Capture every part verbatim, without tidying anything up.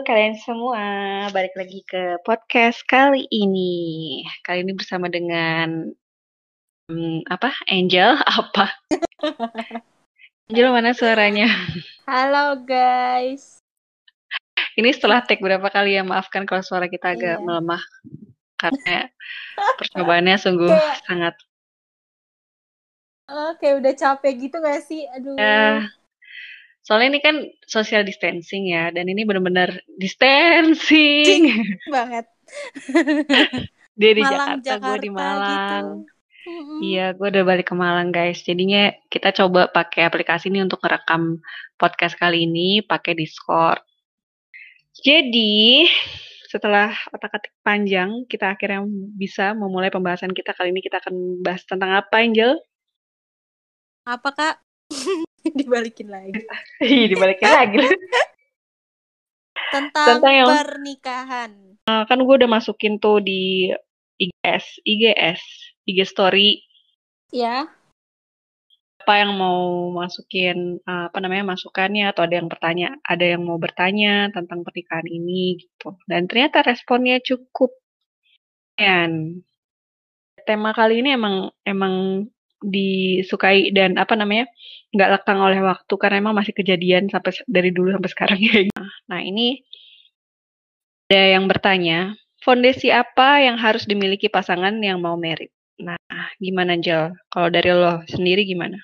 kalian semua, balik lagi ke podcast kali ini. Kali ini bersama dengan hmm, apa? Angel apa? Angel mana suaranya? Halo guys. Ini setelah take berapa kali ya, maafkan kalau suara kita agak Iya. melemah karena percobaannya sungguh Kayak sangat eh, kayak udah capek gitu gak sih? Aduh. ya. Soalnya ini kan social distancing ya, dan ini benar-benar distancing. banget. Dia di Malang Jakarta, gue di Jakarta gitu. Malang. Mm-mm. Iya, gue udah balik ke Malang guys. Jadinya kita coba pakai aplikasi ini untuk merekam podcast kali ini pakai Discord. Jadi setelah otak-atik panjang, kita akhirnya bisa memulai pembahasan kita. Kali ini kita akan bahas tentang apa, Angel? Apa kak? Dibalikin lagi. Ih, dibalikin lagi. Tentang, Tentang yang pernikahan. uh, kan gue udah masukin tuh di I G S, I G S, I G Story. Ya. Apa yang mau masukin uh, apa namanya masukannya atau ada yang bertanya, ada yang mau bertanya tentang pernikahan ini gitu. Dan ternyata responnya cukup. Dan tema kali ini emang emang disukai dan apa namanya nggak lekang oleh waktu karena emang masih kejadian sampai dari dulu sampai sekarang ya. Nah ini ada yang bertanya, fondasi apa yang harus dimiliki pasangan yang mau married? Nah gimana Jel? Kalau dari lo sendiri gimana?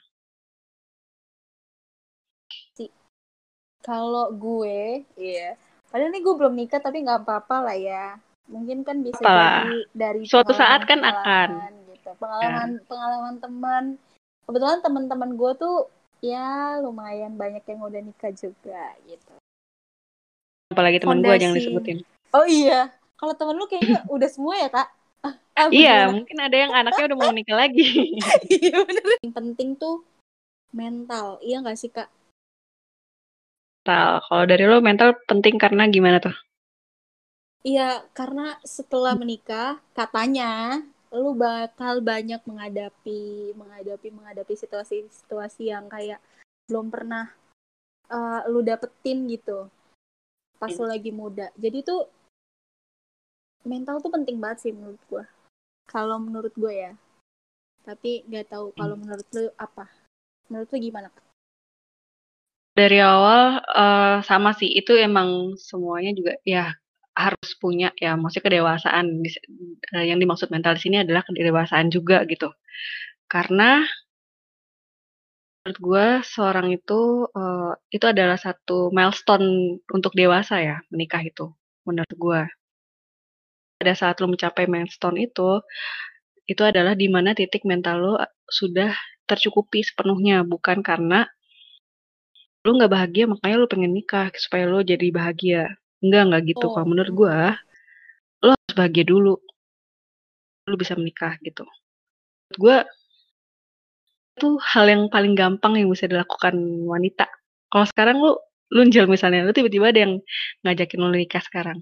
Kalau gue, iya. Padahal nih gue belum nikah tapi nggak apa-apa lah ya. Mungkin kan bisa Apalah, jadi dari suatu saat kan akan. pengalaman-pengalaman gitu. Ya. Pengalaman-pengalaman teman. Kebetulan teman-teman gue tuh ya lumayan banyak yang udah nikah juga gitu. Apalagi teman gue jangan Fondasi. disebutin. Oh iya. Kalau temen lu kayaknya udah semua ya kak? Ah, Iya, gimana? mungkin ada yang anaknya udah mau nikah lagi. Iya bener. Yang penting tuh mental. Iya nggak sih kak? Mental. Kalau dari lo mental penting karena gimana tuh? Iya, karena setelah menikah, katanya lu bakal banyak menghadapi, menghadapi, menghadapi situasi-situasi yang kayak belum pernah uh, lu dapetin gitu pas lu lagi muda. Jadi tuh mental tuh penting banget sih menurut gue. Kalau menurut gue ya. Tapi nggak tahu kalau menurut lu apa? Menurut lu gimana? Dari awal uh, sama sih, itu emang semuanya juga ya harus punya ya, maksudnya kedewasaan. Uh, yang dimaksud mental di sini adalah kedewasaan juga gitu. Karena menurut gue seorang itu uh, itu adalah satu milestone untuk dewasa ya, menikah itu. Menurut gue. Pada saat lo mencapai milestone itu, itu adalah di mana titik mental lo sudah tercukupi sepenuhnya, bukan karena lu nggak bahagia makanya lu pengen nikah supaya lu jadi bahagia. Enggak, enggak gitu. Oh, Kalau menurut gue, lu harus bahagia dulu, lu bisa menikah gitu. Menurut gue, itu hal yang paling gampang yang bisa dilakukan wanita. Kalau sekarang lu, lu njel misalnya, lu tiba-tiba ada yang ngajakin lu nikah sekarang.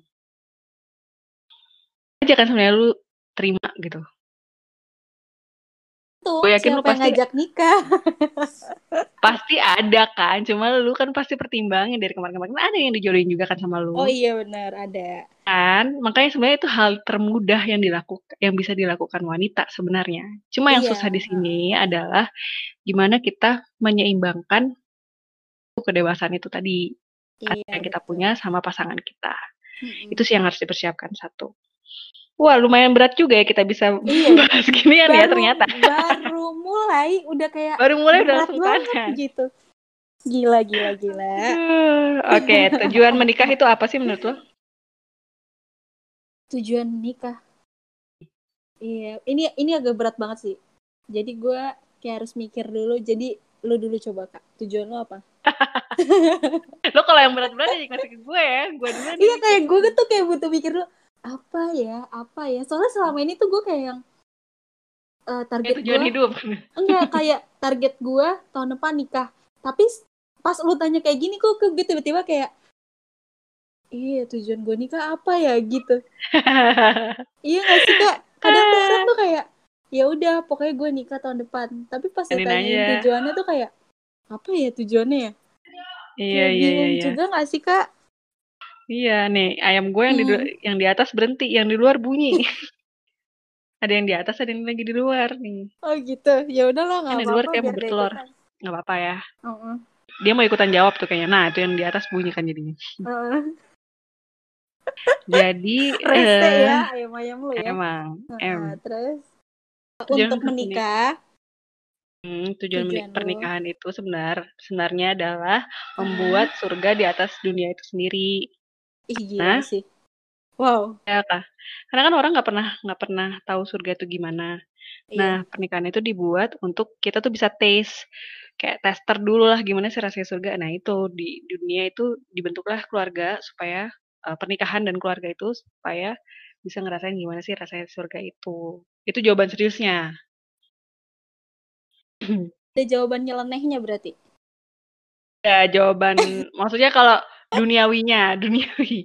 Aja kan sebenarnya lu terima gitu. tuh Gue yakin lu siapa yang pasti ngajak nikah? pasti ada kan. Cuma lu kan pasti pertimbangin dari kemarin-kemarin. Kan ada yang dijodohin juga kan sama Oh lu. iya benar ada. Kan, makanya sebenarnya itu hal termudah yang dilakukan, yang bisa dilakukan wanita sebenarnya. Cuma yang Iya. susah di sini adalah gimana kita menyeimbangkan kedewasaan itu tadi Iya yang kita betul. punya sama pasangan kita. Mm-mm. Itu sih yang harus dipersiapkan satu. Wah, lumayan berat juga ya kita bisa Iya. bahas ginian ya Baru ternyata. baru mulai udah kayak Baru mulai udah berat langsung banget tanya. gitu. Gila gila gila. Oke, okay, tujuan menikah itu apa sih menurut lo? Tujuan menikah. Iya, ini ini agak berat banget sih. Jadi gue kayak harus mikir dulu. Jadi lu dulu coba kak. Tujuan lu apa? Lo kalau yang berat-berat ya ngasih ke gue ya. Gue dulu nih. Iya kayak gue tuh kayak butuh mikir dulu. Apa ya? Apa ya? Soalnya selama ini tuh gue kayak yang uh, target Kayak tujuan gue. hidup. Enggak, kayak target gue tahun depan nikah. Tapi pas lu tanya kayak gini kok gue tiba-tiba kayak iya tujuan gue nikah apa ya gitu. Iya gak sih kak? Kadang tuh orang tuh kayak ya udah pokoknya gue nikah tahun depan. Tapi pas ditanyain aja. tujuannya tuh kayak apa ya tujuannya ya? Iya, Kayak iya, bingung iya, iya. juga gak sih kak? Iya nih, ayam gue yang di Hmm. yang di atas berhenti, yang di luar bunyi. Ada yang di atas, ada yang lagi di luar nih. Oh gitu. Ya udahlah Yang nggak di luar apa-apa kayak biar mau dia bertelur. ikutan. Nggak apa-apa ya. Heeh. Dia mau ikutan jawab tuh kayaknya. Nah, itu yang di atas bunyi kan jadinya. Heeh. Jadi, Rese eh ya ayam-ayam lu ya. emang, Heeh, em, terus tujuan untuk menik menikah hmm, tujuan menik tujuan lu. pernikahan itu sebenar sebenarnya adalah Heeh. membuat surga di atas dunia itu sendiri. Ih gila Nah, sih. Wow. ya kah? Karena kan orang nggak pernah nggak pernah tahu surga itu gimana. Nah, Iya. pernikahan itu dibuat untuk kita tuh bisa taste, kayak tester dulu lah gimana sih rasanya surga. Nah, itu di dunia itu dibentuklah keluarga supaya eh, pernikahan dan keluarga itu supaya bisa ngerasain gimana sih rasanya surga itu. Itu jawaban seriusnya. Ada jawaban nyelenehnya berarti. Ya, jawaban maksudnya kalau duniawinya, duniawi.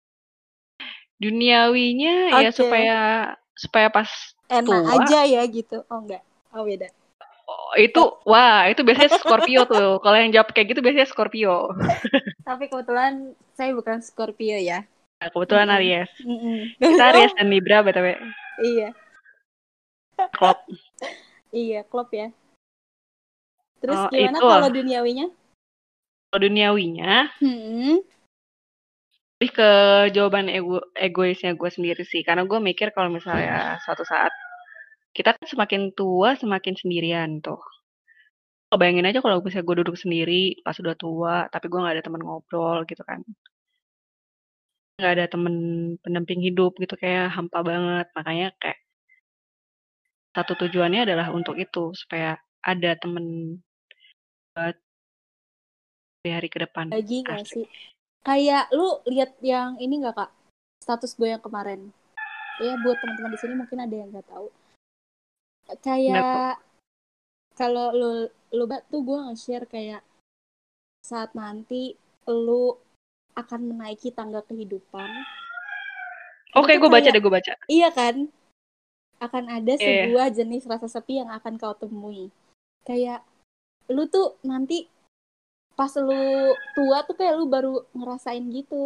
Duniawinya ya Oke. supaya supaya pas Enak tua. aja ya gitu. Oh enggak. Oh beda. Oh, itu wah, itu biasanya Scorpio tuh. Kalau yang jawab kayak gitu biasanya Scorpio. Tapi kebetulan saya bukan Scorpio ya. Nah, kebetulan Mm-mm. Aries. Mm-mm. Kita Aries Oh dan Libra B T W. iya. Klop. Iya, klop ya. Terus Oh, gimana itu kalau duniawinya? kalau duniawinya Hmm. lebih ke jawaban ego, egoisnya gue sendiri sih. Karena gue mikir kalau misalnya suatu saat kita kan semakin tua semakin sendirian tuh. Oh, bayangin aja kalau misalnya gue duduk sendiri pas udah tua, tapi gue nggak ada teman ngobrol gitu kan. Nggak ada temen pendamping hidup gitu, kayak hampa banget. Makanya kayak satu tujuannya adalah untuk itu, supaya ada temen buat di hari ke depan. Lagi nggak Asik. sih? Kayak lu lihat yang ini nggak kak? Status gue yang kemarin. Ya buat teman-teman di sini mungkin ada yang nggak tahu. Nggak tuh. Kayak kalau lu lu Mbak, tuh gue nge-share kayak saat nanti lu akan menaiki tangga kehidupan. Itu Oke, tuh gue baca kayak deh, gue baca. iya kan? Akan ada Iya, yeah. sebuah jenis rasa sepi yang akan kau temui. Kayak lu tuh nanti pas lu tua tuh kayak lu baru ngerasain gitu.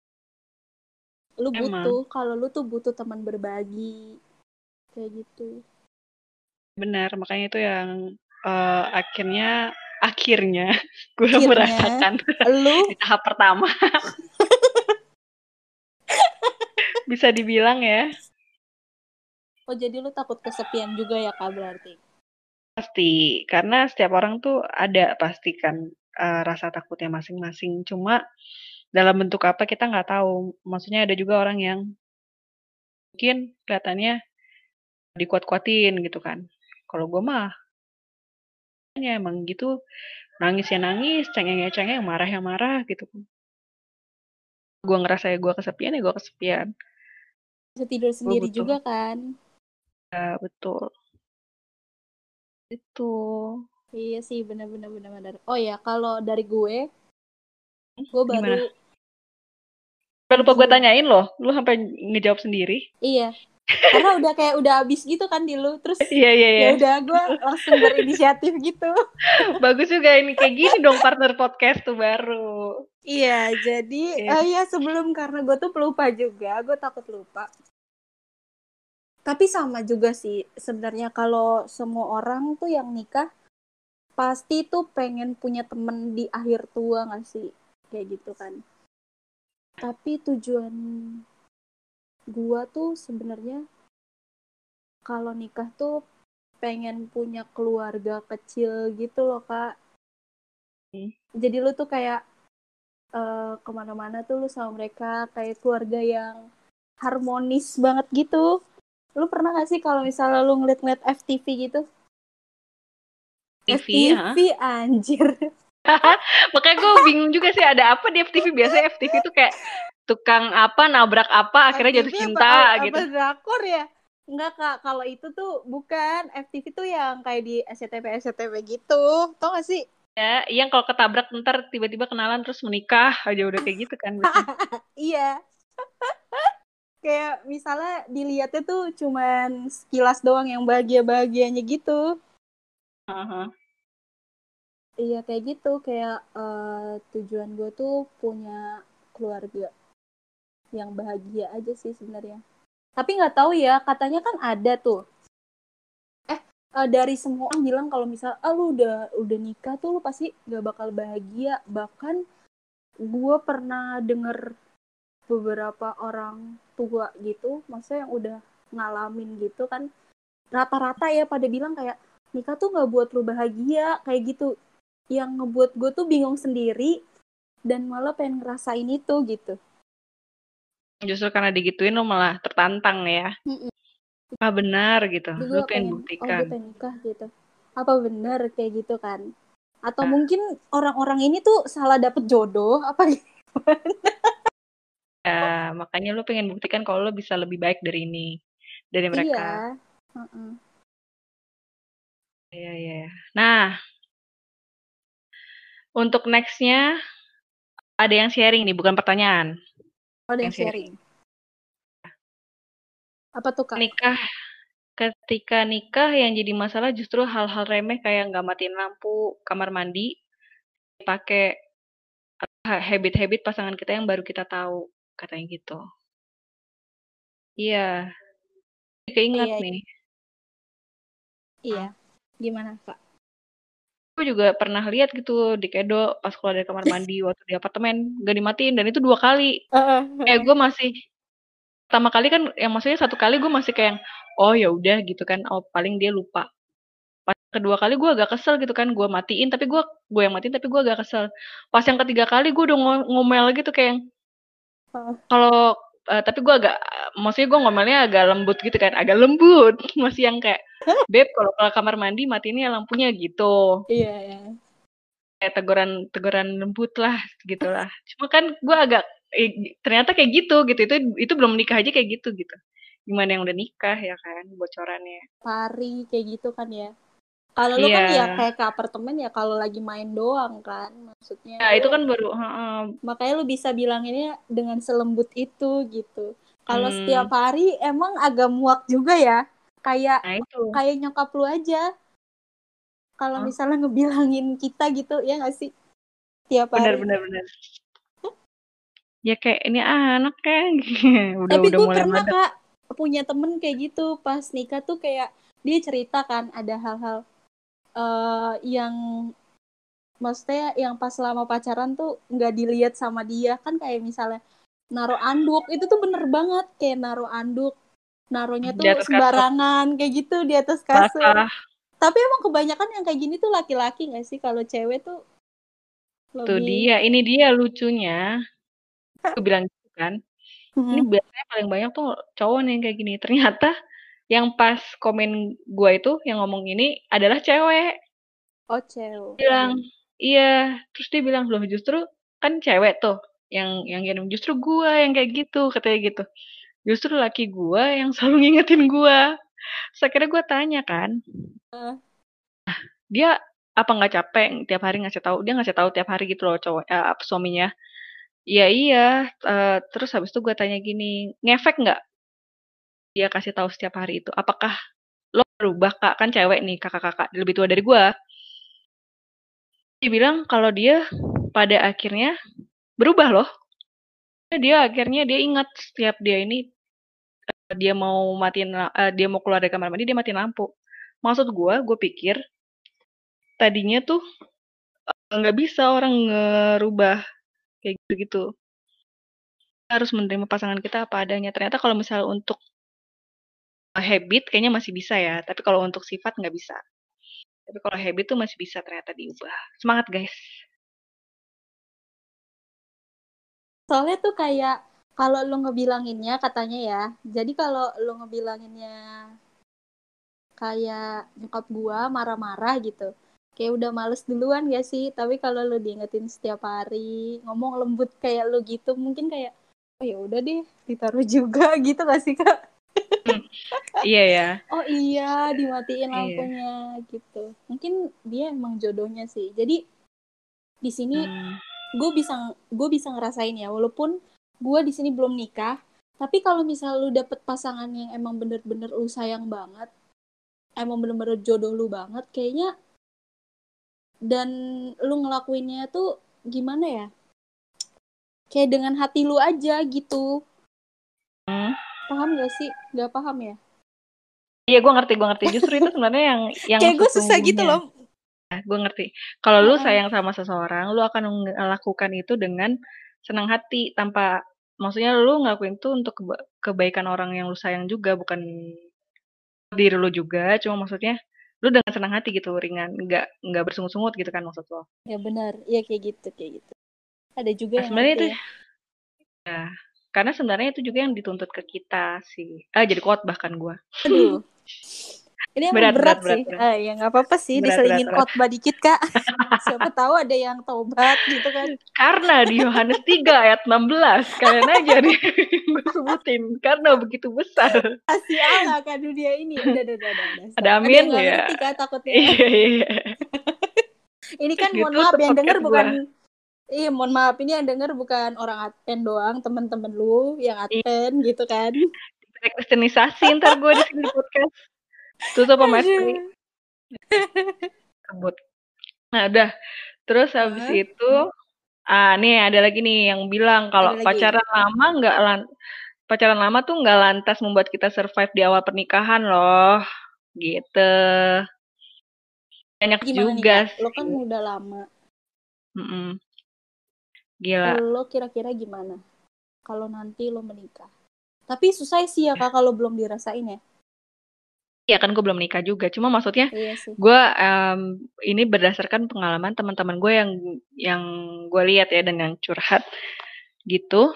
Lu butuh, Emang kalau lu tuh butuh teman berbagi. Kayak gitu. benar. Makanya itu yang eh, akhirnya akhirnya gue Akhirnya merasakan lu di tahap pertama bisa dibilang ya. oh jadi lu takut kesepian juga ya kak berarti. Pasti, karena setiap orang tuh ada pasti kan eh, rasa takutnya masing-masing. Cuma dalam bentuk apa kita nggak tahu. Maksudnya ada juga orang yang mungkin kelihatannya dikuat-kuatin gitu kan. Kalau gue mah ya emang gitu, nangis ya nangis, cengeng ya cengeng, marah ya marah gitu kan. Gue ngerasa ya gue kesepian ya gue kesepian. Bisa tidur Gue sendiri butuh. juga kan. Ya, betul. Itu. Iya sih benar-benar benar-benar. Oh ya kalau dari gue gue baru Gimana? Gak lupa gue tujuan. tanyain loh, lu sampai ngejawab sendiri. Iya karena udah kayak udah habis gitu kan di lu terus Iya, iya, ya iya. udah gue langsung berinisiatif gitu. Bagus juga ini, kayak gini dong partner podcast tuh baru. Iya jadi Iya. eh ya sebelum karena gue tuh pelupa juga gue takut lupa. Tapi sama juga sih sebenarnya kalau semua orang tuh yang nikah pasti tuh pengen punya temen di akhir tua nggak sih kayak gitu kan. Tapi tujuan gua tuh sebenarnya kalau nikah tuh pengen punya keluarga kecil gitu loh kak. Hmm. Jadi lu tuh kayak uh, kemana-mana tuh lu sama mereka kayak keluarga yang harmonis banget gitu. Lu pernah gak sih kalau misalnya lu ngeliat-ngeliat F T V gitu? T V, ah. F T V anjir. Makanya gue bingung juga sih ada apa di F T V. Biasanya F T V tuh kayak tukang apa, nabrak apa, akhirnya jatuh F T V apa, cinta apa gitu. drakor ya? Enggak kak, kalau itu tuh bukan F T V tuh yang kayak di S C T V S C T V gitu, tau gak sih? Ya, yang kalau ketabrak ntar tiba-tiba kenalan terus menikah aja udah kayak gitu kan biasanya. Iya, kayak misalnya dilihatnya tuh cuman sekilas doang yang bahagia-bahagianya gitu. Aha. Iya kayak gitu, kayak uh, tujuan gue tuh punya keluarga. yang bahagia aja sih sebenarnya. Tapi nggak tahu ya, katanya kan ada tuh. Eh, uh, dari semua orang bilang kalau misal, ah lu udah udah nikah tuh lu pasti nggak bakal bahagia. Bahkan gue pernah denger beberapa orang tua gitu, maksudnya yang udah ngalamin gitu kan, rata-rata ya pada bilang kayak nikah tuh nggak buat lu bahagia kayak gitu. Yang ngebuat gue tuh bingung sendiri dan malah pengen ngerasain itu gitu. Justru karena digituin lo malah tertantang ya. Mm-mm. Ah benar gitu. Jadi Lu gue pengen pengen, oh buktikan. gue pengen nikah gitu. Apa bener kayak gitu kan? Atau Nah, mungkin orang-orang ini tuh salah dapet jodoh apa gitu? ya, makanya lu pengen buktikan kalau lu bisa lebih baik dari ini, dari Iya. mereka. Uh-uh. Iya, iya. Nah, untuk nextnya ada yang sharing nih, bukan pertanyaan. Oh, ada Yang yang sharing. sharing. Apa tuh kak? Nikah, ketika nikah yang jadi masalah justru hal-hal remeh kayak nggak matiin lampu kamar mandi, pakai habit-habit pasangan kita yang baru kita tahu, katanya gitu. Iya, keinget Iya, nih. iya. Gimana kak? Aku juga pernah lihat gitu di Kedo pas keluar dari kamar mandi waktu di apartemen gak dimatiin dan itu dua kali. Kayak gue masih pertama kali kan yang maksudnya satu kali gue masih kayak oh ya udah gitu kan oh paling dia lupa. Pas kedua kali gue agak kesel gitu kan gue matiin tapi gue gue yang matiin tapi gue agak kesel. Pas yang ketiga kali gue udah ngomel gitu kayak kalau uh, tapi gue agak maksudnya gue ngomelnya agak lembut gitu kan agak lembut masih yang kayak beb kalau ke kamar mandi matiin ya lampunya gitu. Iya, iya. Kayak teguran teguran lembut lah gitulah cuma kan gue agak eh, ternyata kayak gitu gitu itu itu belum nikah aja kayak gitu gitu gimana yang udah nikah ya kan bocorannya Pari kayak gitu kan ya. Kalau lu kan ya iya kayak ke apartemen ya kalau lagi main doang kan. Maksudnya ya lu itu kan baru heeh. makanya lu bisa bilanginnya dengan selembut itu gitu. Kalau setiap Hmm, hari emang agak muak juga ya. Kayak nah itu kayak nyokap lu aja. Kalau oh, misalnya ngebilangin kita gitu ya nggak sih tiap benar hari. benar benar ya kayak ini anak kan udah Tapi udah gue mulai pernah meledak kak punya temen kayak gitu pas nikah tuh kayak dia cerita kan ada hal-hal eh, yang maksudnya yang pas selama pacaran tuh nggak dilihat sama dia kan kayak misalnya naruh anduk itu tuh bener banget kayak naruh anduk naruhnya di tuh atas kasur sembarangan kayak gitu di atas kasur. basah Tapi emang kebanyakan yang kayak gini tuh laki-laki nggak sih kalau cewek tuh tuh lebih dia ini dia lucunya aku bilang gitu kan ini hmm. biasanya paling banyak tuh cowok nih yang kayak gini ternyata yang pas komen gua itu yang ngomong ini adalah cewek Oh cewek. bilang iya terus dia bilang loh justru kan cewek tuh yang yang ngirim justru gua yang kayak gitu katanya gitu justru laki gua yang selalu ngingetin gua terus akhirnya gua tanya kan Uh, dia apa nggak capek tiap hari ngasih tahu dia ngasih tahu tiap hari gitu loh cowok eh, apa, suaminya iya iya eh, terus habis itu gua tanya gini ngefek nggak dia kasih tahu setiap hari itu apakah lo berubah kak kan cewek nih kakak-kakak lebih tua dari gua dia bilang kalau dia pada akhirnya berubah loh. Dia akhirnya dia ingat setiap dia ini dia mau matiin eh, dia mau keluar dari kamar mandi dia matiin lampu. Maksud gue, gue pikir tadinya tuh nggak bisa orang ngerubah kayak gitu-gitu. Kita harus menerima pasangan kita apa adanya. Ternyata kalau misalnya untuk habit kayaknya masih bisa ya. Tapi kalau untuk sifat nggak bisa. Tapi kalau habit tuh masih bisa ternyata diubah. Semangat guys. soalnya tuh kayak kalau lu ngebilanginnya katanya ya jadi kalau lu ngebilanginnya kayak nyokap gua marah-marah gitu kayak udah males duluan gak sih tapi kalau lu diingetin setiap hari ngomong lembut kayak lu gitu mungkin kayak oh ya udah deh ditaruh juga gitu gak sih kak. Hmm, iya ya. Oh iya dimatiin Iya. lampunya gitu mungkin dia emang jodohnya sih jadi di sini Hmm. gue bisa gue bisa ngerasain ya walaupun gue di sini belum nikah tapi kalau misal lu dapet pasangan yang emang bener-bener lu sayang banget emang bener-bener jodoh lu banget kayaknya dan lu ngelakuinnya tuh gimana ya kayak dengan hati lu aja gitu Hmm. Paham gak sih? Gak paham ya? Iya, gue ngerti, gue ngerti. Justru itu sebenarnya yang yang Kayak gue susah gitu sesungguhnya. loh. Gue ngerti. Kalau lu Heeh. sayang sama seseorang, lu akan melakukan itu dengan senang hati tanpa maksudnya lu ngelakuin itu untuk keba- kebaikan orang yang lu sayang juga, bukan diri lu juga. Cuma maksudnya lu dengan senang hati gitu, ringan, nggak nggak bersungut-sungut gitu kan maksud lo. Ya benar. Iya kayak gitu, kayak gitu. Ada juga Nah, yang sebenarnya gitu itu ya. ya, karena sebenarnya itu juga yang dituntut ke kita sih. Ah, jadi kuat bahkan gua. Aduh. Ini emang Berat, berat, berat berat, sih. berat. Ah, ya nggak apa-apa sih Berat, berat, diselingin berat. khotbah dikit, Kak. Siapa tahu ada yang taubat gitu kan. Karena di Yohanes tiga ayat enam belas, kalian aja nih gue sebutin karena begitu besar. Kasih Allah kan dunia ini. Udah, udah, udah, udah, udah, stop. Ada Ada yang amin nggak ya. ngerti Kak takutnya. Iya, iya. Ini kan mohon maaf Ditutup yang denger podcast gua. bukan. Iya, mohon maaf ini yang denger bukan orang Advent doang, temen-temen lu yang Iya, Advent gitu kan. kristenisasi ntar gue di sini di podcast. Tutup sama S P. Aduh. Kebut. Nah, udah. Terus habis Hah? itu, ah nih ada lagi nih yang bilang kalau Ada lagi. pacaran lama nggak lan pacaran lama tuh nggak lantas membuat kita survive di awal pernikahan loh. Gitu. Banyak Gimana nih juga Kak? Lo kan sih. udah lama. Mm-mm. Gila. Lo kira-kira gimana kalau nanti lo menikah? Tapi susah sih ya Kak kalau belum dirasain ya. Iya kan gue belum nikah juga. Cuma maksudnya Iya sih. gue em, ini berdasarkan pengalaman teman-teman gue yang yang gue lihat ya dan yang curhat gitu.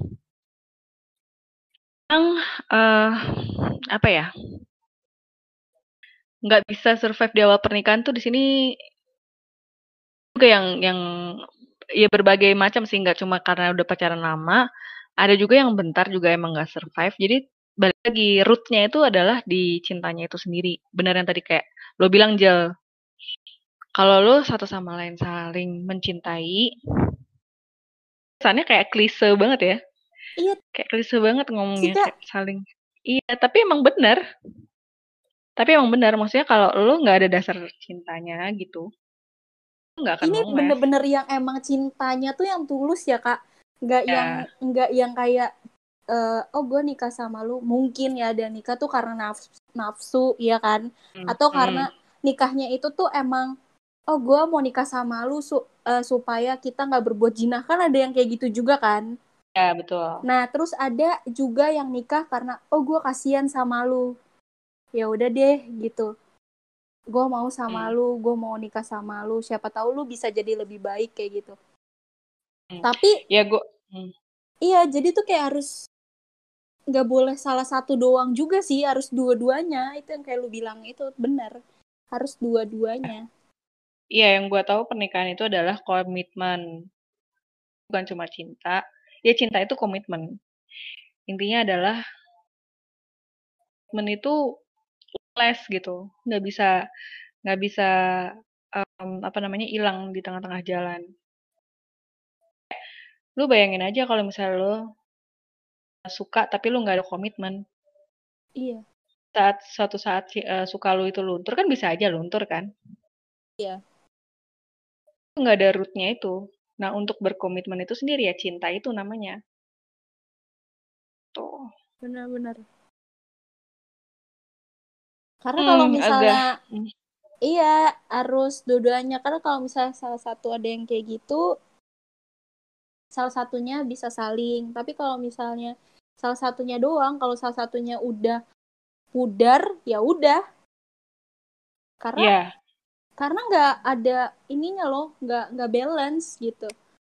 Yang eh apa ya? Nggak bisa survive di awal pernikahan tuh di sini juga yang yang ya berbagai macam sih, nggak cuma karena udah pacaran lama, ada juga yang bentar juga emang nggak survive. Jadi balik lagi rootnya itu adalah di cintanya itu sendiri. Benar yang tadi kayak lo bilang Jel, kalau lo satu sama lain saling mencintai, kesannya kayak klise banget ya, Iya kayak klise banget sih ngomongnya Kak. kayak saling. Iya, tapi emang benar. Tapi emang benar, maksudnya kalau lo nggak ada dasar cintanya gitu, lo nggak akan Ini long-last. bener-bener yang emang cintanya tuh yang tulus ya Kak. Nggak yang Ya, nggak yang kayak eh, oh gue nikah sama lu mungkin ya ada nikah tuh karena nafsu, nafsu ya kan, hmm, atau karena hmm. nikahnya itu tuh emang oh gue mau nikah sama lu su- eh, supaya kita nggak berbuat jinah, kan ada yang kayak gitu juga kan. Ya betul. Nah terus ada juga yang nikah karena oh gue kasihan sama lu, ya udah deh gitu, gue mau sama Hmm, lu, gue mau nikah sama lu, siapa tahu lu bisa jadi lebih baik kayak gitu. hmm. Tapi Ya gue, hmm. iya jadi tuh kayak harus nggak boleh salah satu doang juga sih, harus dua-duanya. Itu yang kayak lu bilang itu benar, harus dua-duanya. Iya yang gue tahu pernikahan itu adalah komitmen, bukan cuma cinta. Ya cinta itu komitmen. Intinya adalah komitmen itu les gitu, nggak bisa nggak bisa em, apa namanya hilang di tengah-tengah jalan. Lu bayangin aja kalau misalnya lu suka tapi lu nggak ada komitmen. Iya, Saat suatu saat si- eh, suka lu itu luntur kan bisa aja luntur kan. iya, Itu nggak ada rootnya itu. Nah untuk berkomitmen itu sendiri ya cinta itu namanya. Tuh. benar-benar. Karena kalau Hmm, agak. misalnya Hmm, iya harus dua-duanya. Karena kalau misalnya salah satu ada yang kayak gitu, salah satunya bisa saling. Tapi kalau misalnya salah satunya doang, kalau salah satunya udah pudar, ya udah. Karena ya, karena nggak ada ininya loh, nggak nggak balance gitu.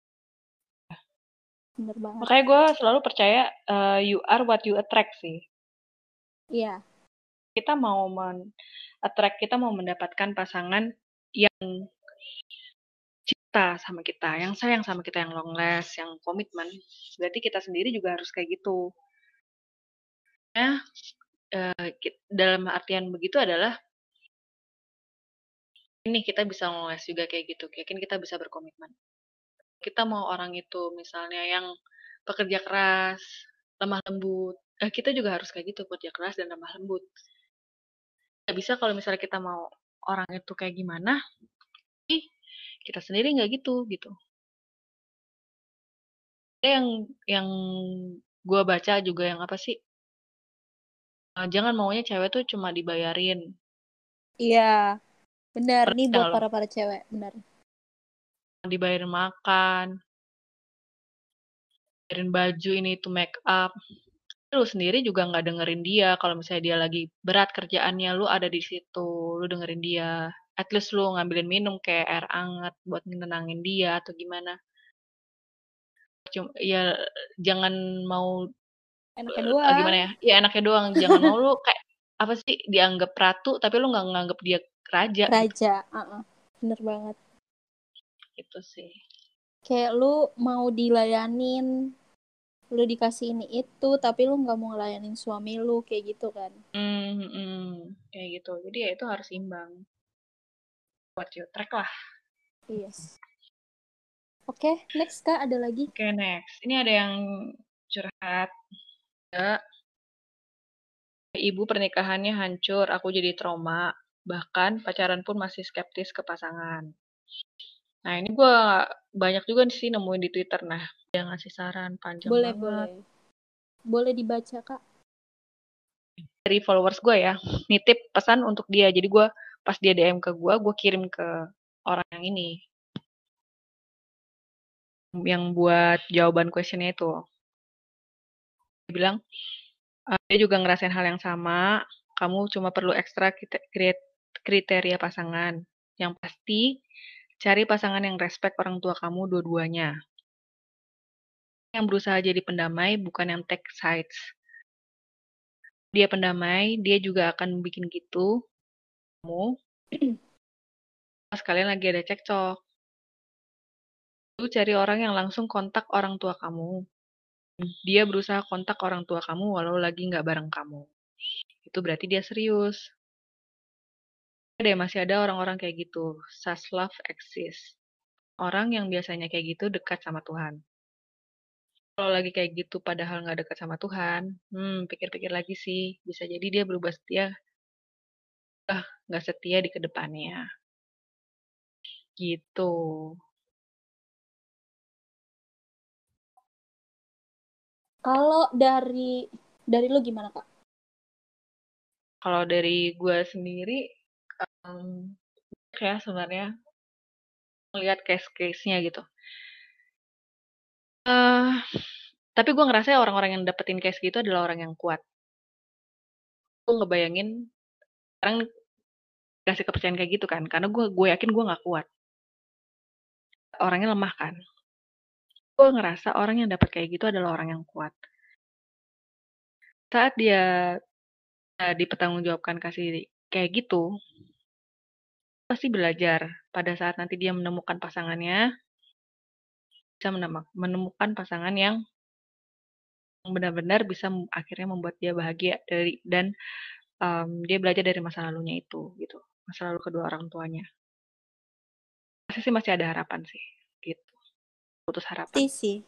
Bener banget. makanya gue selalu percaya eh, you are what you attract sih. Iya, Kita mau men attract, kita mau mendapatkan pasangan yang cinta sama kita, yang sayang sama kita, yang long last, yang komitmen. Berarti kita sendiri juga harus kayak gitu. Nah, eh, kit- dalam artian begitu adalah ini kita bisa long last juga kayak gitu. Yakin kita bisa berkomitmen. Kita mau orang itu misalnya yang pekerja keras, lemah lembut. Eh, kita juga harus kayak gitu, pekerja keras dan lemah lembut. Nggak bisa kalau misalnya kita mau orang itu kayak gimana, ih, kita sendiri nggak gitu gitu. Ada yang yang gue baca juga yang apa sih? Uh, jangan maunya cewek tuh cuma dibayarin. Iya, benar. Pernah Nih baca buat nggak lo? para para cewek, benar. Dibayarin makan, bayarin baju ini itu make up. Lu sendiri juga nggak dengerin dia. Kalau misalnya dia lagi berat kerjaannya, lu ada di situ, lu dengerin dia. At least lu ngambilin minum kayak air hangat buat nenangin dia atau gimana. Cuma ya jangan mau Enaknya eh, gimana doang. ya? Ya enaknya doang. Jangan mau lu kayak apa sih dianggap ratu tapi lu nggak nganggap dia raja gitu. Raja, uh-uh. Bener banget. Itu sih. Kayak lu mau dilayanin, lu dikasih ini itu, tapi lu nggak mau ngelayanin suami lu, kayak gitu kan. Hmm, hmm, kayak gitu. Jadi ya itu harus imbang. Buat you track lah. Yes. Oke, next Kak, ada lagi? Oke, next. Ini ada yang curhat. Ya, ibu pernikahannya hancur, aku jadi trauma. Bahkan pacaran pun masih skeptis ke pasangan. Nah, ini gue banyak juga sih nemuin di Twitter. Nah, dia ngasih saran panjang Boleh, banget. boleh. Boleh dibaca, Kak? Dari followers gue ya, nitip pesan untuk dia. Jadi gue pas dia D M ke gue, gue kirim ke orang yang ini. Yang buat jawaban questionnya itu. Dia bilang, "Eh, dia juga ngerasain hal yang sama. Kamu cuma perlu ekstra krite- krit- kriteria pasangan. Yang pasti, cari pasangan yang respect orang tua kamu dua-duanya. Yang berusaha jadi pendamai, bukan yang take sides. Dia pendamai, dia juga akan bikin gitu. Kamu, sekalian lagi ada cekcok. Lu cari orang yang langsung kontak orang tua kamu. Dia berusaha kontak orang tua kamu walau lagi nggak bareng kamu. Itu berarti dia serius. Ada masih ada orang-orang kayak gitu. Such love exists. Orang yang biasanya kayak gitu dekat sama Tuhan. Kalau lagi kayak gitu padahal nggak dekat sama Tuhan, hmm, pikir-pikir lagi sih, bisa jadi dia berubah setia, ah, nggak setia di kedepannya. Gitu. Kalau dari dari lu gimana, Kak? Kalau dari gue sendiri, um, kayak sebenarnya melihat case-case-nya gitu. Eh, tapi gue ngerasa orang-orang yang dapetin case gitu adalah orang yang kuat. Gue ngebayangin sekarang kasih kepercayaan kayak gitu kan, karena gue gue yakin gue nggak kuat. Orangnya lemah kan. Gue ngerasa orang yang dapat kayak gitu adalah orang yang kuat. Saat dia uh, dipertanggungjawabkan kasih kayak gitu, pasti belajar. Pada saat nanti dia menemukan pasangannya, bisa menemukan pasangan yang benar-benar bisa akhirnya membuat dia bahagia dari dan um, dia belajar dari masa lalunya itu gitu, masa lalu kedua orang tuanya. Pasti sih masih ada harapan sih, gitu. Putus harapan. Pasti sih.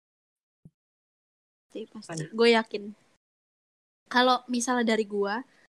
Pasti, pasti. Mana? Gue yakin. Kalau misalnya dari gue,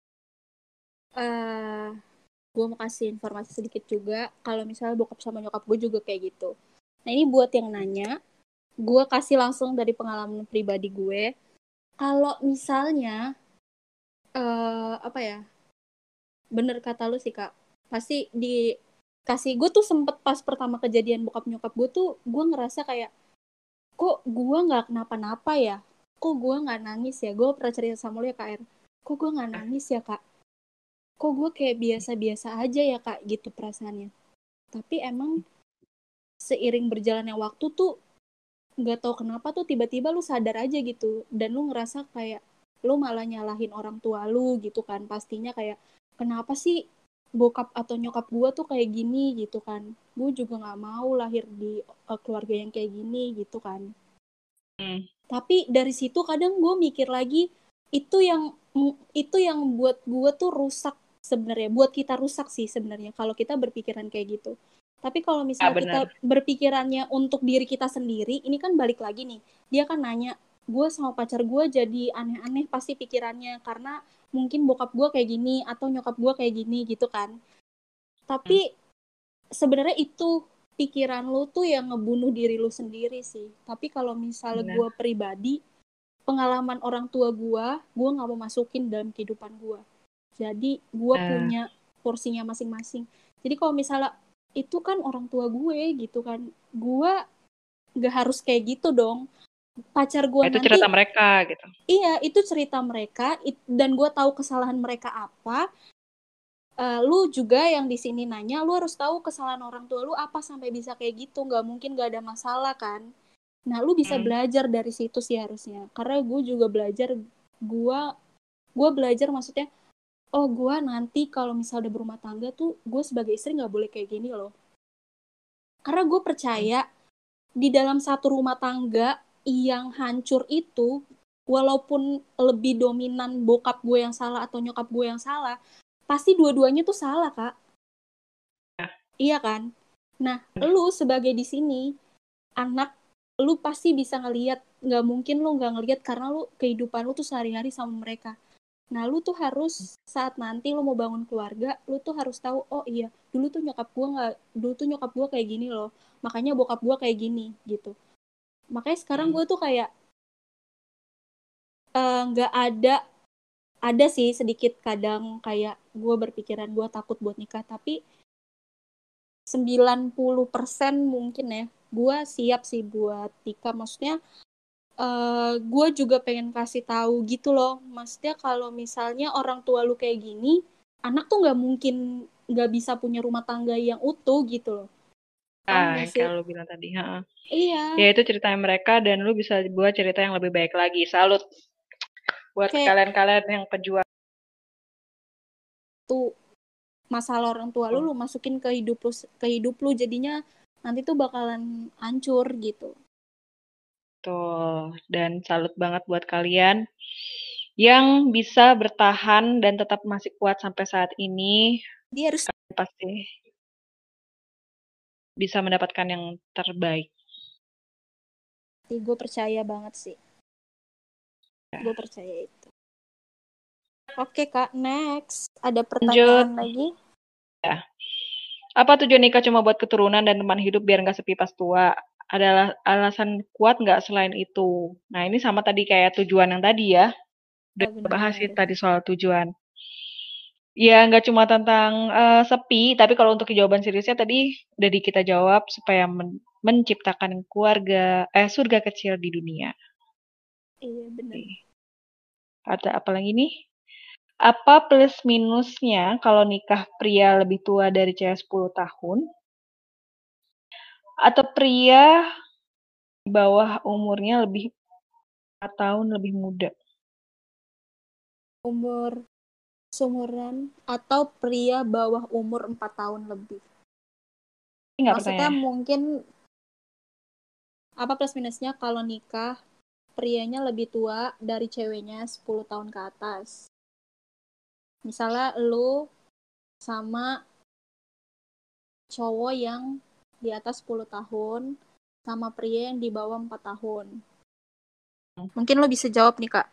eh gue mau kasih informasi sedikit juga. Kalau misalnya bokap sama nyokap gue juga kayak gitu. Nah ini buat yang nanya, gue kasih langsung dari pengalaman pribadi gue. Kalau misalnya, eh apa ya, bener kata lu sih Kak, pasti dikasih, gue tuh sempet pas pertama kejadian bokap nyokap gue tuh, gue ngerasa kayak, kok gue nggak kenapa-napa ya, kok gue nggak nangis ya, gue pernah cerita sama lu ya Kak Er, kok gue nggak nangis ya Kak, kok gue kayak biasa-biasa aja ya Kak, gitu perasaannya. Tapi emang seiring berjalannya waktu tuh nggak tahu kenapa tuh tiba-tiba lu sadar aja gitu, dan lu ngerasa kayak lu malah nyalahin orang tua lu gitu kan, pastinya kayak kenapa sih bokap atau nyokap gue tuh kayak gini gitu kan, gue juga nggak mau lahir di uh, keluarga yang kayak gini gitu kan. Hmm. Tapi dari situ kadang gue mikir lagi, itu yang itu yang buat gue tuh rusak sebenarnya, buat kita rusak sih sebenarnya kalau kita berpikiran kayak gitu. Tapi kalau Ah, misalnya kita benar. berpikirannya untuk diri kita sendiri, ini kan balik lagi nih, dia kan nanya, gue sama pacar gue jadi aneh-aneh pasti pikirannya karena mungkin bokap gue kayak gini atau nyokap gue kayak gini gitu kan. Hmm, Tapi sebenarnya itu pikiran lu tuh yang ngebunuh diri lu sendiri sih. Tapi kalau misalnya benar. gue pribadi, pengalaman orang tua gue, gue nggak mau masukin dalam kehidupan gue. Jadi gue Uh, punya porsinya masing-masing. Jadi kalau misalnya itu kan orang tua gue gitu kan, gue nggak harus kayak gitu dong. Pacar gue itu nanti, cerita mereka gitu. iya itu cerita mereka it- dan gue tahu kesalahan mereka apa. Uh, lu juga yang di sini nanya, lu harus tahu kesalahan orang tua lu apa sampai bisa kayak gitu. Nggak mungkin nggak ada masalah kan. Nah, lu bisa Hmm. belajar dari situ sih harusnya. Karena gue juga belajar, gue gue belajar maksudnya, oh gue nanti kalau misal udah berumah tangga tuh, gue sebagai istri nggak boleh kayak gini loh. Karena gue percaya di dalam satu rumah tangga yang hancur itu, walaupun lebih dominan bokap gue yang salah atau nyokap gue yang salah, pasti dua-duanya tuh salah, Kak. Ya. Iya kan? Nah, lu sebagai di sini, anak, lu pasti bisa ngelihat, nggak mungkin lu nggak ngelihat karena lu kehidupan lu tuh sehari-hari sama mereka. Nah, lu tuh harus saat nanti lu mau bangun keluarga, lu tuh harus tahu, oh iya, dulu tuh nyokap gua nggak, dulu tuh nyokap gua kayak gini loh, makanya bokap gua kayak gini gitu. Makanya sekarang Hmm. gua tuh kayak eh, nggak uh, ada, ada sih sedikit kadang kayak gua berpikiran gua takut buat nikah, tapi sembilan puluh persen mungkin ya, gua siap sih buat nikah. Maksudnya uh, gue juga pengen kasih tahu gitu loh, maksudnya kalau misalnya orang tua lu kayak gini, anak tuh nggak mungkin nggak bisa punya rumah tangga yang utuh gitu loh. Paham Ah, gak yang sih? kayak lu bilang tadi. Ha. Iya, Ya itu ceritanya mereka dan lu bisa buat cerita yang lebih baik lagi. Salut buat kayak kalian-kalian yang pejuang. tuh masalah orang tua lu lu masukin ke hidup lu ke hidup lu jadinya nanti tuh bakalan hancur gitu. Tuh, dan salut banget buat kalian yang bisa bertahan dan tetap masih kuat sampai saat ini. Dia harus, Pasti bisa mendapatkan yang terbaik. gue percaya banget sih, Ya. gue percaya itu. Oke Kak, next ada Lanjut. pertanyaan lagi. Ya. Apa tujuan nikah cuma buat keturunan dan teman hidup biar nggak sepi pas tua? Adalah alasan kuat nggak selain itu? Nah ini sama tadi kayak tujuan yang tadi ya. Udah Oh, bahas sih benar. tadi soal tujuan. Ya nggak cuma tentang uh, sepi, tapi kalau untuk jawaban seriusnya tadi udah di kita jawab supaya men menciptakan keluarga, eh surga kecil di dunia. Iya benar. Ada apa lagi nih? Apa plus minusnya kalau nikah pria lebih tua dari cewek sepuluh tahun? Atau pria di bawah umurnya lebih empat tahun lebih muda? Umur seumuran atau pria bawah umur empat tahun lebih. Ini nggak Maksudnya pertanyaannya. mungkin apa plus minusnya kalau nikah prianya lebih tua dari ceweknya sepuluh tahun ke atas. Misalnya lu sama cowok yang di atas sepuluh tahun sama pria yang di bawah empat tahun. Mungkin lo bisa jawab nih, Kak.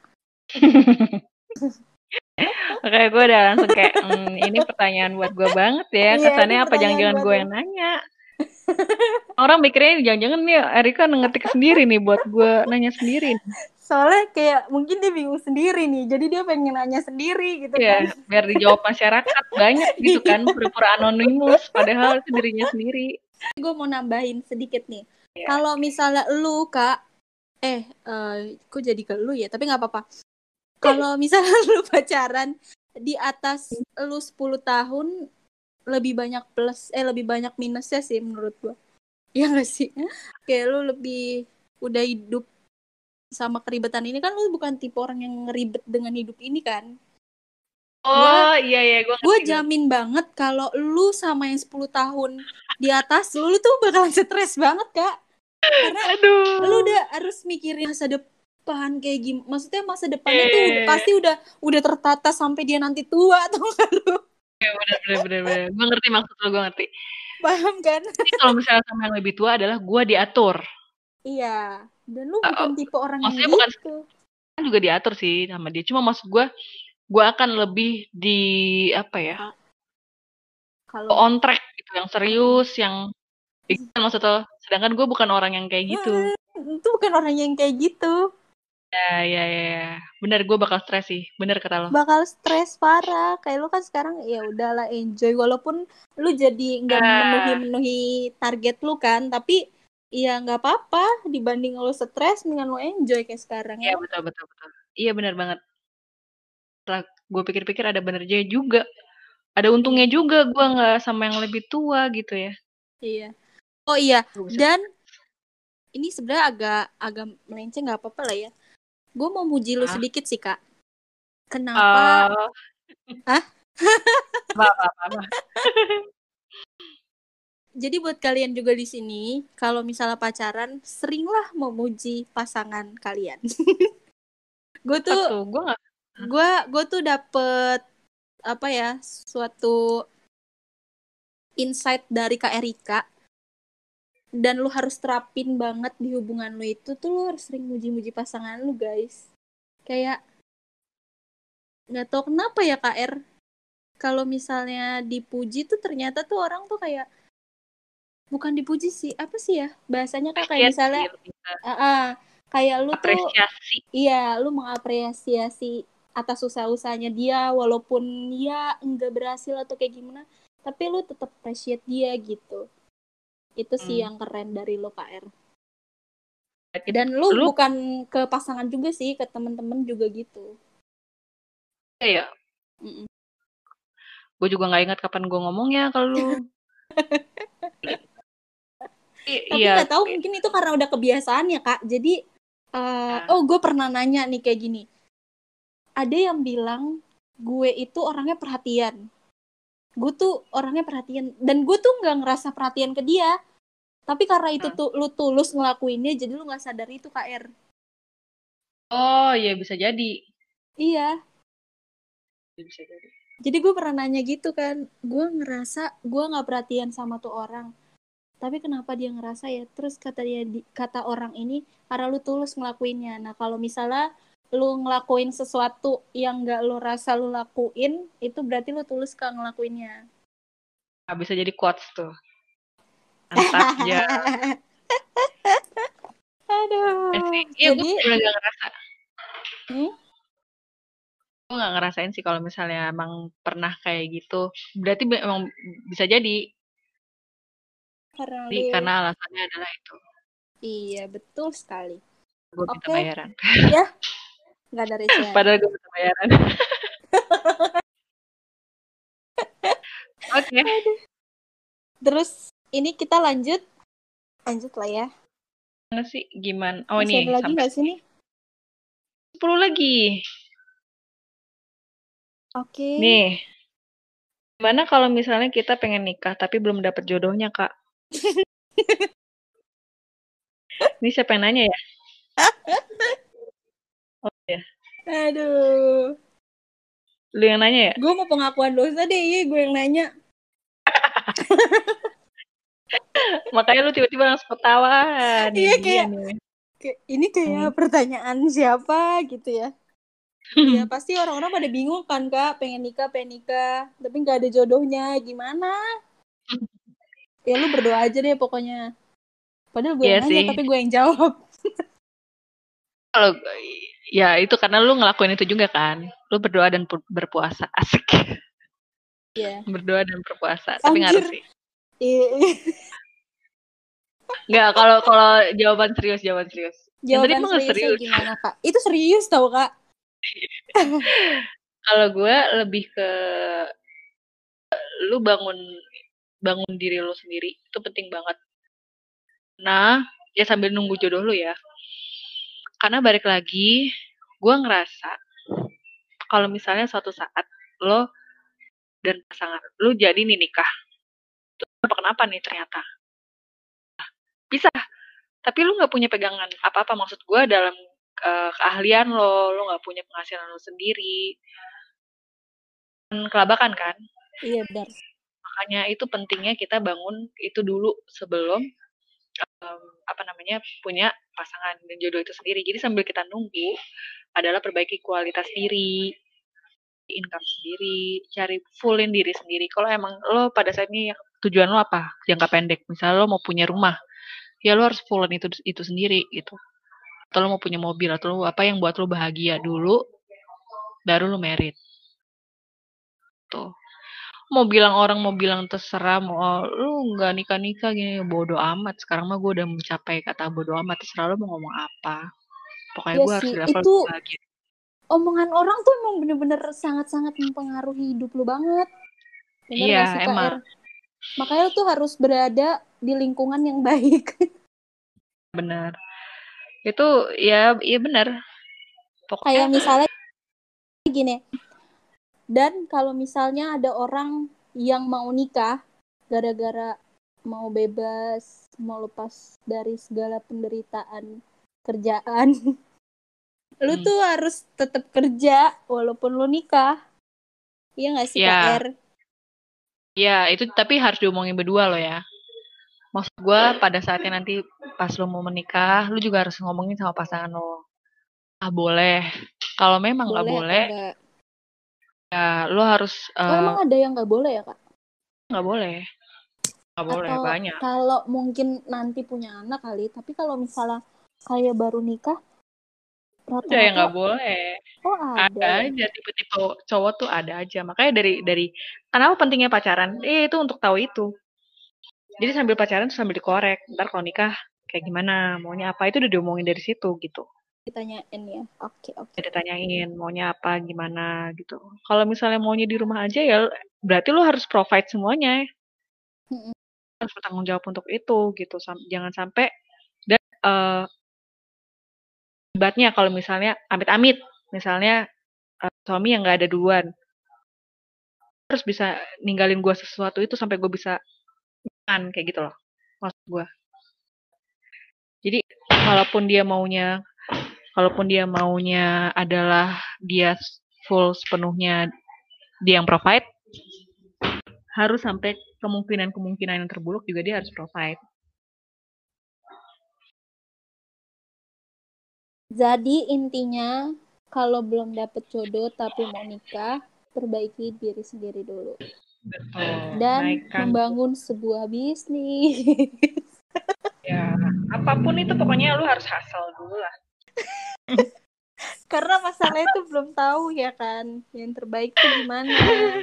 Oke, gue udah langsung kayak, hmm, ini pertanyaan buat gue banget ya. Iya, ini Kesannya apa pertanyaan jangan-jangan buat gue lo. yang nanya. Orang mikirnya jangan-jangan nih Erika ngetik sendiri nih buat gue nanya sendiri. Soalnya kayak mungkin dia bingung sendiri nih, jadi dia pengen nanya sendiri gitu Iya, kan. biar dijawab masyarakat banyak gitu kan, pura-pura anonimus, padahal itu dirinya sendiri. Gue mau nambahin sedikit nih. Ya. Kalau misalnya lu, Kak, eh, uh, kok jadi ke lu ya? Tapi nggak apa-apa. Kalau misalnya lu pacaran di atas lu sepuluh tahun, lebih banyak plus, eh lebih banyak minusnya sih menurut gue. Iya nggak sih? Kayak lu lebih udah hidup sama keribetan ini kan, lu bukan tipe orang yang ngeribet dengan hidup ini kan. Gue Oh iya iya, gue gue ngerti gue. jamin banget kalau lu sama yang sepuluh tahun di atas lu, lu tuh bakalan stres banget, Kak. Karena lu Aduh. udah harus mikirin masa depan kayak gimana. Maksudnya masa depannya tuh udah, Eh, pasti udah udah tertata sampai dia nanti tua atau kan lu. ya bener bener bener bener. Gue ngerti maksud lo, gue ngerti. Paham kan? Jadi kalau misalnya sama yang lebih tua adalah gue diatur. Iya. Dan lu Uh, bukan tipe orang yang maksudnya bukan gitu. juga diatur sih sama dia. Cuma maksud gue, gue akan lebih di apa ya? Kak, kalau On track gitu, yang serius, yang itu maksud lo. Sedangkan gue bukan orang yang kayak gitu. itu bukan orang yang kayak gitu. Ya, ya, ya, ya. Bener, gue bakal stres sih. Bener kata lo. Bakal stres parah. Kayak lu kan sekarang ya udahlah enjoy, walaupun lu jadi nggak memenuhi Ah, menuhi target lu kan, tapi ya nggak apa-apa, dibanding lu stres mendingan lu enjoy kayak sekarang ya iya kan. betul, betul, betul. Iya bener banget. Setelah gue pikir-pikir ada benernya juga. Ada untungnya Iya, juga gue nggak sama yang lebih tua gitu ya. iya. Oh iya, Gue bisa. dan ini sebenarnya agak agak melenceng, nggak apa-apa lah ya. Gue mau muji lu Ah, sedikit sih kak. Kenapa? eh, Hah? apa, apa, apa, apa. Jadi buat kalian juga di sini, kalau misalnya pacaran, seringlah memuji pasangan kalian. Gue Apa tuh, tuh? Gue nggak. gue gue tuh dapet apa ya, suatu insight dari Kak Erika, dan lu harus terapin banget di hubungan lu itu tuh, lu harus sering muji-muji pasangan lu guys. Kayak nggak tahu kenapa ya Kak Er, kalau misalnya dipuji tuh ternyata tuh orang tuh kayak, bukan dipuji sih, apa sih ya bahasanya Kak, kayak Appreciate misalnya sih lebih ke ah ah, kayak lu tuh, apresiasi. iya, lu mengapresiasi atas usaha-usahanya dia, walaupun ya enggak berhasil atau kayak gimana, tapi lu tetap appreciate dia gitu. Itu sih Hmm. yang keren dari lo Kak Er. Itu Dan lu lu bukan ke pasangan juga sih, ke temen-temen juga gitu. ya, Mm-mm. gue juga nggak ingat kapan gue ngomongnya kalau lu. I- Tapi Iya, nggak tahu, mungkin itu karena udah kebiasaan ya Kak. Jadi uh, ya. oh gue pernah nanya nih kayak gini. Ada yang bilang gue itu orangnya perhatian. Gue tuh orangnya perhatian, dan gue tuh nggak ngerasa perhatian ke dia. Tapi karena itu Hmm. tuh lu tulus ngelakuinnya, jadi lu nggak sadar itu Kak Er. Oh iya bisa jadi. Iya. Bisa jadi. Jadi gue pernah nanya gitu kan. Gue ngerasa gue nggak perhatian sama tuh orang. Tapi kenapa dia ngerasa ya? Terus kata dia, kata orang ini, karena lu tulus ngelakuinnya. Nah kalau misalnya lu ngelakuin sesuatu yang nggak lu rasa lu lakuin, itu berarti lu tulus kan ngelakuinnya. Ah, bisa jadi quotes tuh. Mantap ya. Eh sih, Aduh. iya gue Jadi, bener gak ngerasa. hmm, Gue gak ngerasain sih kalau misalnya emang pernah kayak gitu. Berarti be- emang bisa jadi. karena Jadi lu, karena alasannya adalah itu. iya betul sekali. Gue minta Oke, bayaran. ya, nggak ada recehan. Padahal gue minta bayaran. Oke. Aduh. Terus ini kita lanjut, lanjut lah ya. Mana sih? Gimana? Oh Masih nih, ada lagi sampai nggak sih nih? sepuluh lagi. Oke. Nih, gimana kalau misalnya kita pengen nikah tapi belum dapet jodohnya, Kak? Ini siapa yang nanya ya? Oh ya, Aduh. lu yang nanya ya? Gue mau pengakuan dosa deh, iya gue yang nanya. Makanya lu tiba-tiba langsung ketawa. Nih Iya dia kayak, nih. kayak ini kayak Hmm. pertanyaan siapa gitu ya. Iya pasti orang-orang pada bingung kan Kak, pengen nikah, pengen nikah, tapi nggak ada jodohnya, gimana? Ya lu berdoa aja deh pokoknya. Padahal gue Iya yang nanya, sih. tapi gue yang jawab. Kalau ya itu karena lu ngelakuin itu juga kan. Lu berdoa dan pu- berpuasa. Asik. Iya. Berdoa dan berpuasa. Tapi Anjir. ngaruh sih. Iya. Enggak, kalau kalau jawaban serius, jawaban serius. Yang tadi Jawaban emang gak seriusnya serius. gimana Kak? Itu serius tau Kak. Kalau gue lebih ke lu bangun bangun diri lu sendiri itu penting banget. Nah, ya sambil nunggu jodoh lu ya. Karena balik lagi, gue ngerasa kalau misalnya suatu saat lo dan pasangan lu jadi nih nikah, apa kenapa nih ternyata bisa, tapi lu nggak punya pegangan apa-apa. Maksud gue dalam uh, keahlian lo, lo nggak punya penghasilan lo sendiri, kan kelabakan kan. Iya benar. Makanya itu pentingnya kita bangun itu dulu sebelum um, apa namanya punya pasangan dan jodoh itu sendiri. Jadi sambil kita nunggu adalah perbaiki kualitas diri, income sendiri, cari fullin diri sendiri. Kalau emang lo pada saat ini tujuan lo apa? Jangka pendek, misalnya lo mau punya rumah, ya lo harus fullin itu itu sendiri gitu. atau lo mau punya mobil, atau lo apa yang buat lo bahagia dulu, baru lo merit. Tuh. Mau bilang orang mau bilang terserah, mau lu nggak nikah nikah gini, bodo amat. Sekarang mah gue udah mencapai kata bodo amat, terserah lu mau ngomong apa, pokoknya Ya gue harus sih, di level itu bahagia. omongan orang tuh emang bener-bener sangat-sangat mempengaruhi hidup lu banget. Bener Iya gak sih Kak emang Er? Makanya lu tuh harus berada di lingkungan yang baik. bener itu ya, iya bener pokoknya. Kayak misalnya gini, dan kalau misalnya ada orang yang mau nikah gara-gara mau bebas, mau lepas dari segala penderitaan kerjaan, lu hmm. tuh harus tetap kerja walaupun lu nikah. Iya gak sih Kak Ya Er? ya itu tapi harus diomongin berdua lo ya. Maksud gue pada saatnya nanti pas lo mau menikah, lo juga harus ngomongin sama pasangan lo. Ah boleh, kalau memang nggak Boleh atau boleh, enggak? ya lo harus Oh eh, emang ada yang nggak boleh ya Kak? nggak boleh, nggak boleh Atau banyak. kalau mungkin nanti punya anak kali, tapi kalau misalnya kayak baru nikah, Udah ya rata-rata nggak boleh. oh ada Ada ya. aja tipe-tipe cowok tuh ada aja. Makanya dari dari kenapa pentingnya pacaran? Eh itu untuk tahu itu. Jadi sambil pacaran tuh sambil dikorek. Ntar kalau nikah kayak gimana, maunya apa itu udah diomongin dari situ gitu. Ditanyain ya. Oke, oke. Udah ditanyain maunya apa gimana gitu. Kalau misalnya maunya di rumah aja ya berarti lo harus provide semuanya. Mm-mm. Harus bertanggung jawab untuk itu gitu. Sam- jangan sampai dan eh akibatnya kalau misalnya amit-amit misalnya eh, suami yang nggak ada duluan terus bisa ninggalin gue sesuatu itu sampai gue bisa kan kayak gitu loh maksud gue. Jadi walaupun dia maunya walaupun dia maunya adalah dia full sepenuhnya dia yang provide, harus sampai kemungkinan-kemungkinan yang terburuk juga dia harus provide. Jadi intinya kalau belum dapet jodoh tapi mau nikah, perbaiki diri sendiri dulu Betul. dan Naikkan membangun sebuah bisnis. ya apapun itu pokoknya lu harus hustle dulu lah. Karena masalahnya tuh belum tahu ya kan, yang terbaik tuh gimana.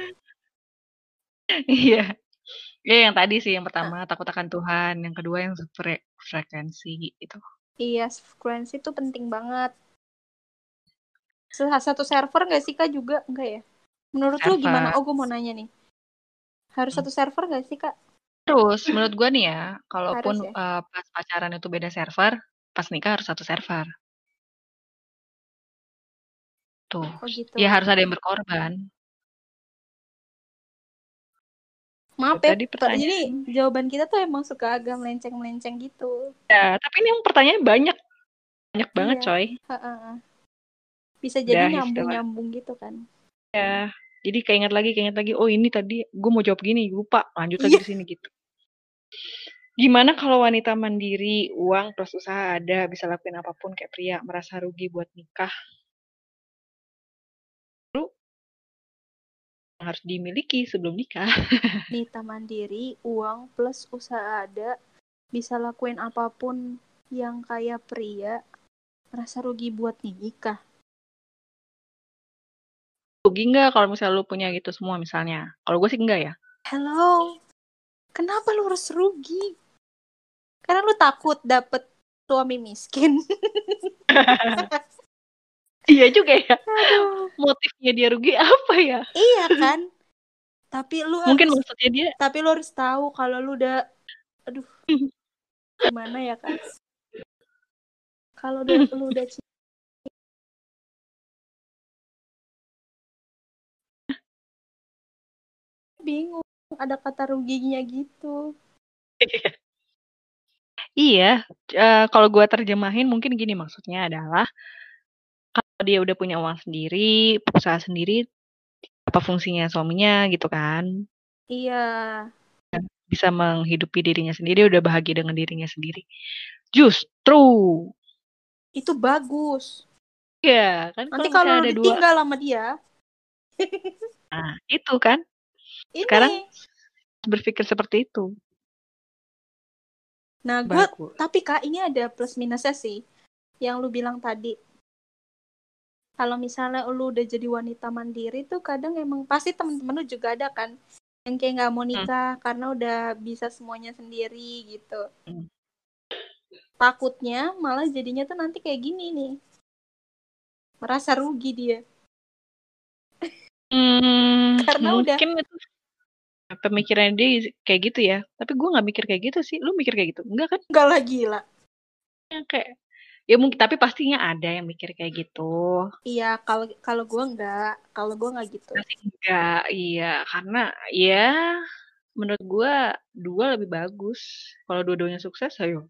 Iya. Ya yang tadi sih yang Nah, pertama takut akan Tuhan, yang kedua yang frek- frekuensi itu. iya, frekuensi tuh penting banget. Satu server nggak sih Kak juga? Enggak ya? Menurut lu gimana? Server. Oh, gue mau nanya nih. Harus satu server nggak sih Kak? Terus menurut gua nih ya, kalaupun Harus ya? uh, pas pacaran itu beda server, pas nikah harus satu server. Tuh. Oh Ya gitu. harus ada yang berkorban. Maaf Itu ya, tadi Pak. Jadi pertanyaan. jawaban kita tuh emang suka agak melenceng-melenceng gitu. Ya, tapi ini yang pertanyaan banyak, banyak banget Iya. coy. Ha-ha. Bisa jadi Udah, ya sudah lah. nyambung-nyambung gitu kan. Ya. Jadi keinget lagi, keinget lagi. Oh ini tadi gue mau jawab gini, lupa. Lanjut lagi Iya. di sini gitu. Gimana kalau wanita mandiri, uang plus usaha ada, bisa lakuin apapun kayak pria, merasa rugi buat nikah? Lu yang harus dimiliki sebelum nikah. Nita mandiri, uang plus usaha ada, bisa lakuin apapun yang kayak pria, merasa rugi buat nikah. Rugi nggak kalau misalnya lu punya gitu semua misalnya? Kalau gue sih enggak ya. Hello, kenapa lu harus rugi? Karena lu takut dapet suami miskin. Iya juga ya. Aduh. Motifnya dia rugi apa ya? Iya kan? Tapi lu Mungkin harus maksudnya dia tapi lu harus tahu kalau lu udah aduh gimana ya Kak? Kalau udah lu udah cinta, bingung ada kata ruginya gitu. iya. Eh, kalau gue terjemahin mungkin gini maksudnya adalah kalau dia udah punya uang sendiri, usaha sendiri, apa fungsinya suaminya gitu kan? Iya, Bisa menghidupi dirinya sendiri, udah bahagia dengan dirinya sendiri. Justru, itu bagus. ya kan Nanti kalau kalau misalnya lu ada dua, ditinggal sama dia, nah itu kan. ini. Sekarang berpikir seperti itu. Nah, gue Bagus. tapi Kak ini ada plus minusnya sih. yang lu bilang tadi. Kalau misalnya lu udah jadi wanita mandiri tuh kadang emang pasti temen-temen lu juga ada kan yang kayak nggak mau Hmm. nikah karena udah bisa semuanya sendiri gitu. Hmm. Takutnya malah jadinya tuh nanti kayak gini nih. Merasa rugi dia. Hmm, Karena udah mungkin itu pemikiran dia kayak gitu ya. Tapi gue nggak mikir kayak gitu sih. Lu mikir kayak gitu? Enggak kan? nggak lah gila. Ya, kayak ya mungkin tapi pastinya ada yang mikir kayak gitu. Iya, kalau kalau gue nggak, kalau gue nggak gitu. Pasti enggak, iya. Karena ya menurut gue dua lebih bagus. Kalau dua-duanya sukses, ayo.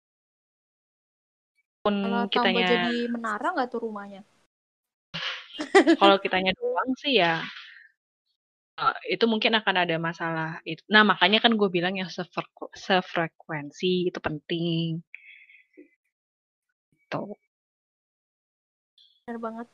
Kalau Pun tambah kitanya, jadi menara nggak tuh rumahnya? kalau kitanya doang sih ya, eh, itu mungkin akan ada masalah itu. Nah, makanya kan gue bilang yang sefreku- sefrekuensi itu penting. Tuh. Benar banget.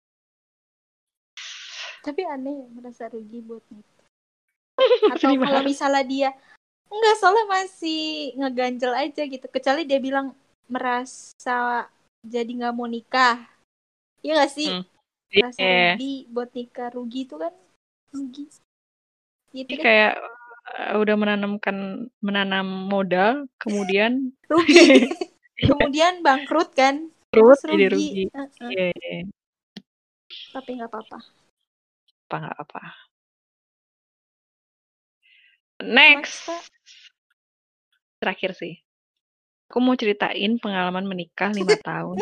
Tapi aneh ya, merasa rugi buat nikah. Atau Sedih kalau banget. misalnya dia enggak, soalnya masih ngeganjel aja gitu. Kecuali dia bilang merasa jadi nggak mau nikah. Iya nggak sih? Hmm. Merasa Iya. rugi buat nikah. Rugi itu kan rugi. Gitu Jadi deh. kayak eh, udah menanamkan menanam modal, kemudian Rugi. Kemudian bangkrut kan. terus Terus jadi rugi. rugi. Uh-uh. Iya, iya. Tapi nggak apa-apa. Apa nggak apa. Next, Kak. Next, terakhir sih. Aku mau ceritain pengalaman menikah lima tahun.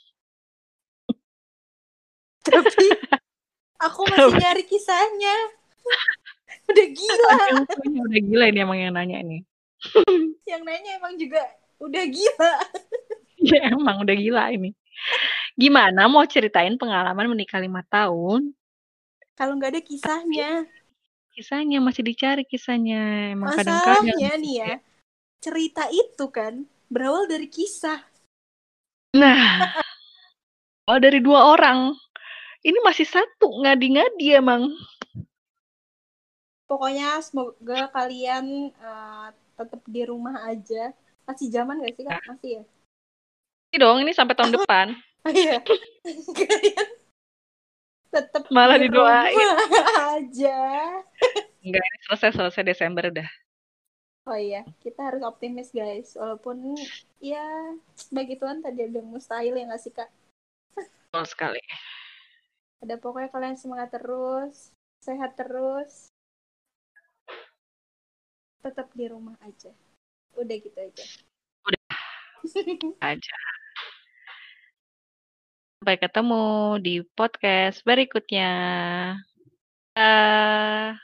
Tapi aku masih nyari kisahnya. Udah gila. Yang punya udah gila ini emang yang nanya ini. Yang nanya emang juga udah gila. Ya emang udah gila ini. Gimana mau ceritain pengalaman menikah lima tahun? Kalau nggak ada kisahnya. Kisahnya masih dicari kisahnya. Emang kadang-kadang. Masalahnya nih ya, cerita itu kan berawal dari kisah. Nah, oh dari dua orang. Ini masih satu ngadi-ngadi emang. Pokoknya semoga kalian uh, tetap di rumah aja. Masih zaman gak sih, Kak? Nah, Masih ya? ini dong ini sampai tahun depan. Oh iya. Kalian tetap Malah di didoain. rumah aja. Enggak, ini selesai-selesai Desember udah. Oh iya, kita harus optimis guys. Walaupun ya bagi Tuhan tadi ada yang mustahil ya nggak sih, Kak? Betul sekali. Ada pokoknya kalian semangat terus, sehat terus, tetap di rumah aja. Udah gitu aja. Udah aja. Sampai ketemu di podcast berikutnya. Dah.